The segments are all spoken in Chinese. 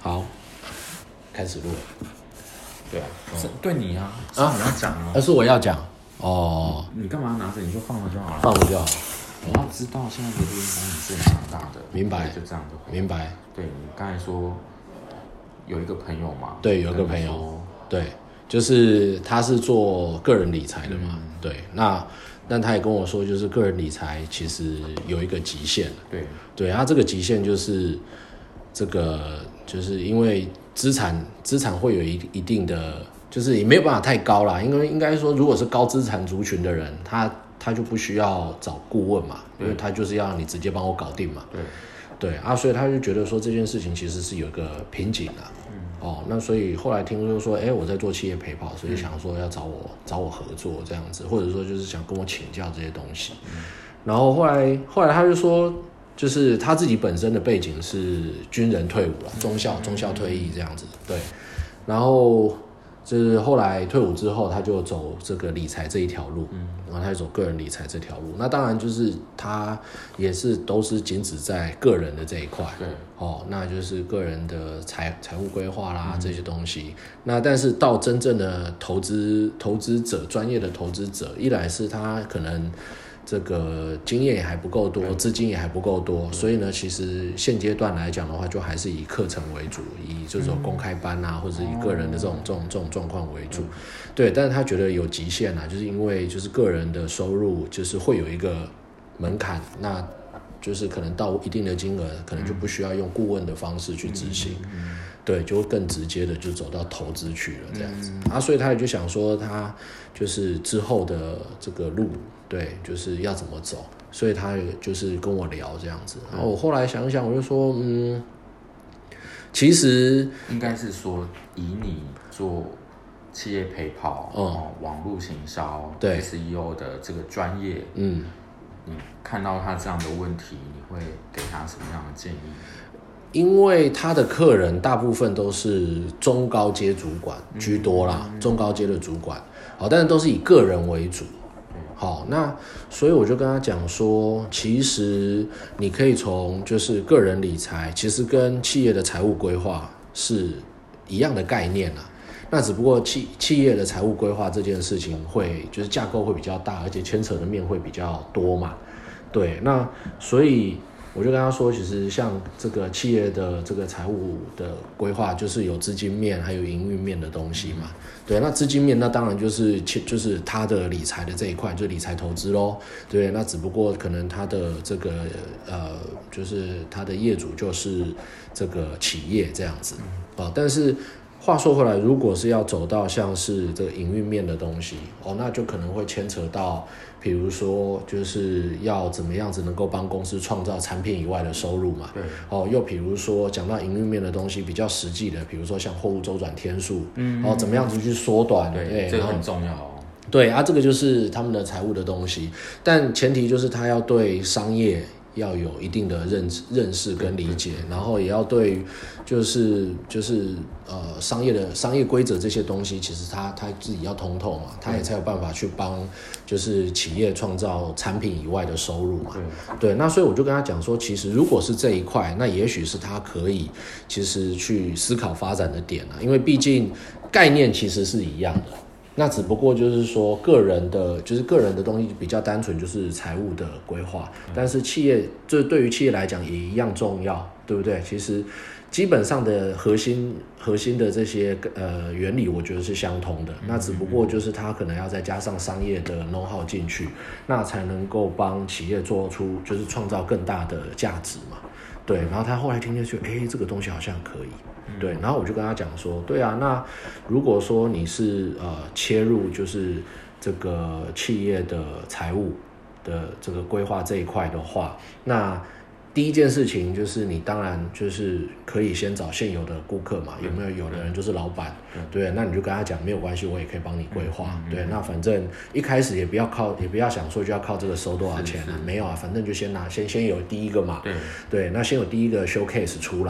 好，开始录了。 对啊，是对你啊，是你要讲啊， 是我要讲哦。 你干嘛拿着？你就放了就好了。 放了就好。 你要知道现在的录音功能是很强大的。 明白。 就这样就好。 明白。 对，你刚才说有一个朋友嘛？ 对，有一个朋友。对，就是他是做个人理财的嘛。对，那他也跟我说，就是个人理财其实有一个极限。对，他这个极限就是这个，就是因为资产会有一定的，就是也没有办法太高啦。因为应该说，如果是高资产族群的人，他就不需要找顾问嘛，因为他就是要你直接帮我搞定嘛。对啊，所以他就觉得说这件事情其实是有一个瓶颈的。那所以后来听说，我在做企业陪跑，所以想说要找我合作这样子，或者说就是想跟我请教这些东西。然后后来他就说，就是他自己本身的背景是军人退伍了，中校退役这样子。对，然后就是后来退伍之后，他就走这个理财这一条路，然后他就走个人理财这条路。那当然就是他也是都是仅止在个人的这一块，那就是个人的财务规划啦，这些东西。那但是到真正的投资者，专业的投资者，一来是他可能这个经验也还不够多，资金也还不够多，所以呢，其实现阶段来讲的话，就还是以课程为主，以这种公开班啊，或者以个人的这种状况为主。对，但是他觉得有极限啊，就是因为就是个人的收入就是会有一个门槛，那就是可能到一定的金额，可能就不需要用顾问的方式去执行。对，就会更直接的就走到投资去了这样子。所以他也就想说，他就是之后的这个路，对，就是要怎么走。所以他也就是跟我聊这样子。然后我后来想一想，我就说，其实应该是说以你做企业陪跑，网络行销，对 SEO 的这个专业，你看到他这样的问题，你会给他什么样的建议？ 因为他的客人大部分都是中高阶主管居多啦，中高阶的主管，但是都是以个人为主。那所以我就跟他讲说，其实你可以从就是个人理财，其实跟企业的财务规划是一样的概念啦。那只不过企业的财务规划这件事情会就是架构会比较大，而且牵扯的面会比较多嘛。对，那所以我就跟他说，其实像这个企业的这个财务的规划，就是有资金面还有营运面的东西嘛。对，那资金面那当然就是他的理财的这一块，就是理财投资咯。对，那只不过可能他的这个就是他的业主就是这个企业这样子。但是话说回来，如果是要走到像是这个营运面的东西，那就可能会牵扯到，比如说就是要怎么样子能够帮公司创造产品以外的收入嘛。又比如说讲到营运面的东西比较实际的，比如说像货物周转天数，怎么样子去缩短， 对，这个很重要。 对这个就是他们的财务的东西，但前提就是他要对商业要有一定的认识跟理解，然后也要对就是商业规则这些东西，其实他自己要通透嘛，他也才有办法去帮就是企业创造产品以外的收入嘛。对，那所以我就跟他讲说，其实如果是这一块，那也许是他可以其实去思考发展的点因为毕竟概念其实是一样的。那只不过就是说个人的东西比较单纯，就是财务的规划，但是企业这对于企业来讲也一样重要，对不对？其实基本上的核心的这些原理，我觉得是相通的。那只不过就是它可能要再加上商业的 know how 进去，那才能够帮企业做出就是创造更大的价值嘛。对，然后他后来听进去，这个东西好像可以。对，然后我就跟他讲说，对啊，那如果说你是切入就是这个企业的财务的这个规划这一块的话，那第一件事情就是你当然就是可以先找现有的顾客嘛，有的人就是老板，对，那你就跟他讲没有关系，我也可以帮你规划，对，那反正一开始也不要想说就要靠这个收多少钱没有反正就先有第一个嘛，对，那先有第一个 showcase 出来。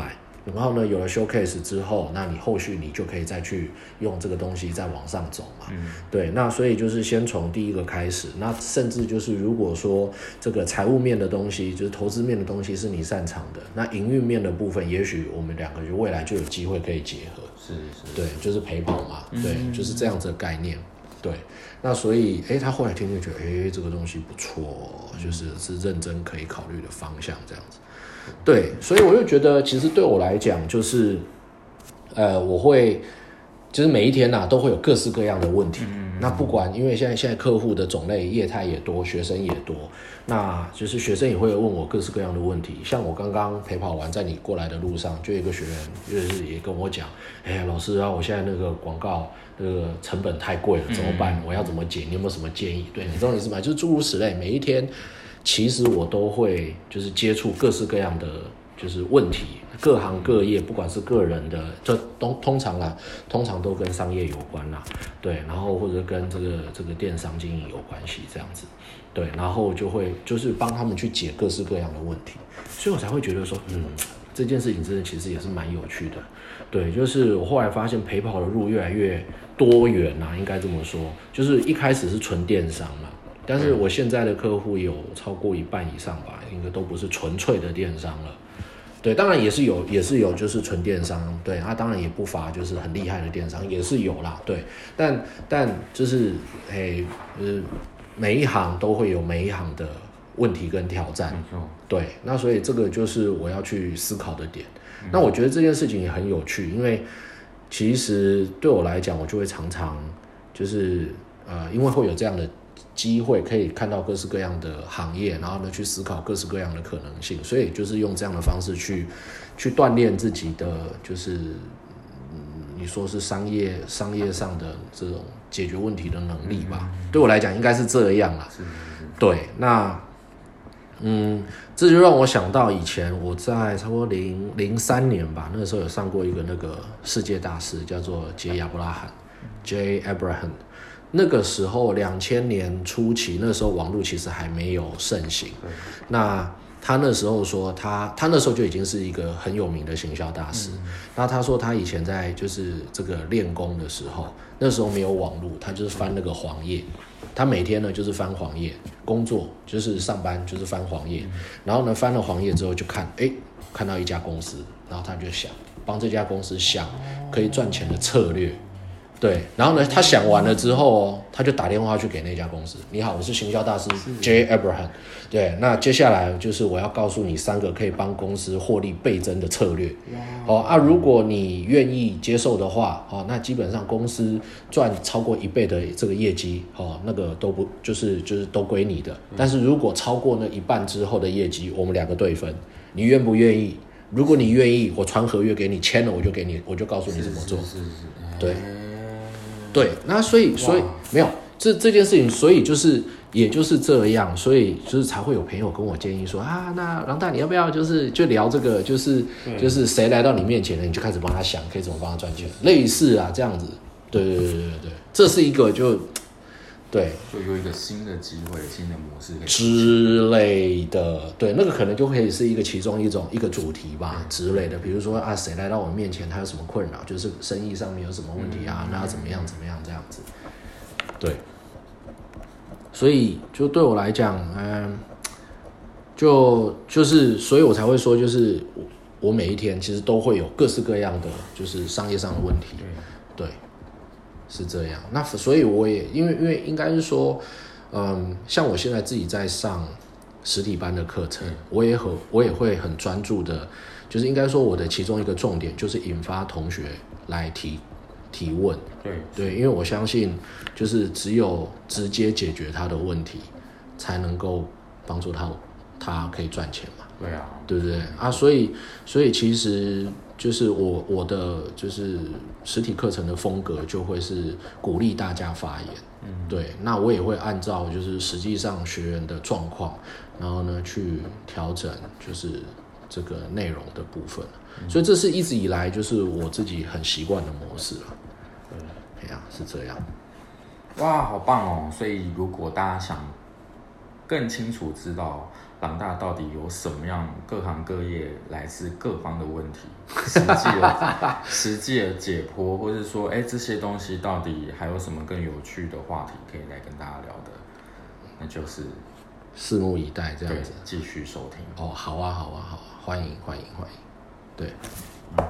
然后呢有了 showcase 之后，那你后续你就可以再去用这个东西再往上走嘛。对，那所以就是先从第一个开始，那甚至就是如果说这个财务面的东西，就是投资面的东西是你擅长的，那营运面的部分，也许我们两个就未来就有机会可以结合。是，对，就是陪跑嘛，对，就是这样子的概念。对，那所以他后来听就觉得这个东西不错，就是认真可以考虑的方向这样子。对，所以我就觉得其实对我来讲就是我会就是每一天都会有各式各样的问题。那不管因为现在客户的种类业态也多，学生也多，那就是学生也会问我各式各样的问题。像我刚刚陪跑完，在你过来的路上，就有一个学员就是也跟我讲，老师啊，我现在那个广告那个成本太贵了，怎么办？我要怎么解？你有没有什么建议？对，你懂我意思吗？就是诸如此类，每一天其实我都会就是接触各式各样的就是问题，各行各业，不管是个人的，这通常都跟商业有关啦，对，然后或者跟这个电商经营有关系这样子，对，然后就会就是帮他们去解各式各样的问题，所以我才会觉得说，这件事情真的其实也是蛮有趣的，对，就是我后来发现陪跑的路越来越多元啦，应该这么说，就是一开始是纯电商嘛。但是我现在的客户有超过1半以上吧，应该都不是纯粹的电商了。对，当然也是有就是纯电商，对，当然也不乏就是很厉害的电商也是有啦，对，但就是每一行都会有每一行的问题跟挑战，对，那所以这个就是我要去思考的点。那我觉得这件事情也很有趣，因为其实对我来讲，我就会常常就是因为会有这样的机会可以看到各式各样的行业，然后呢去思考各式各样的可能性，所以就是用这样的方式去锻炼自己的就是你说是商业上的这种解决问题的能力吧。对我来讲应该是这样啦。对，那这就让我想到以前我在差不多03年吧，那个时候有上过一个那个世界大师，叫做杰亚布拉罕 J. Abraham。那个时候2000年初期，那时候网络其实还没有盛行。那他那时候说他那时候就已经是一个很有名的行销大师。那他说他以前在就是这个练功的时候，那时候没有网络，他就是翻那个黄页。他每天呢就是翻黄页，工作就是上班就是翻黄页，然后呢翻了黄页之后就看到一家公司，然后他就想帮这家公司想可以赚钱的策略。对，然后呢，他想完了之后他就打电话去给那家公司。你好，我是行销大师 J. Abraham。对，那接下来就是我要告诉你3个可以帮公司获利倍增的策略。如果你愿意接受的话，那基本上公司赚超过1倍的这个业绩，那个都不就是都归你的。但是如果超过那1半之后的业绩，我们2个对分。你愿不愿意？如果你愿意，我传合约给你，签了我就给你，我就告诉你怎么做。对。对，那所以没有这件事情，所以也就是这样，所以就是才会有朋友跟我建议说那郎大你要不要就聊这个，就是谁来到你面前了，你就开始帮他想可以怎么帮他赚钱，类似这样子，对，这是一个就有一个新的机会、新的模式之类的，对，那个可能就可以是其中一个主题吧之类的，比如说谁来到我面前，他有什么困扰，就是生意上面有什么问题那要怎么样这样子，对，所以就对我来讲，就是所以我才会说，就是我每一天其实都会有各式各样的就是商业上的问题，对。是这样，那所以我也因为应该是说，像我现在自己在上实体班的课程，我也会很专注的，就是应该说我的其中一个重点就是引发同学来提问，对，因为我相信就是只有直接解决他的问题，才能够帮助他可以赚钱嘛，对不对所以其实就是我的就是实体课程的风格就会是鼓励大家发言，对，那我也会按照就是实际上学员的状况，然后呢去调整就是这个内容的部分，所以这是一直以来就是我自己很习惯的模式了，是这样。 哇，好棒哦！所以如果大家想更清楚知道朗大到底有什么样各行各业来自各方的问题，实际的解剖，或是说，这些东西到底还有什么更有趣的话题可以来跟大家聊的，那就是拭目以待，这样子， 继续收听。 哦，好啊，欢迎，对。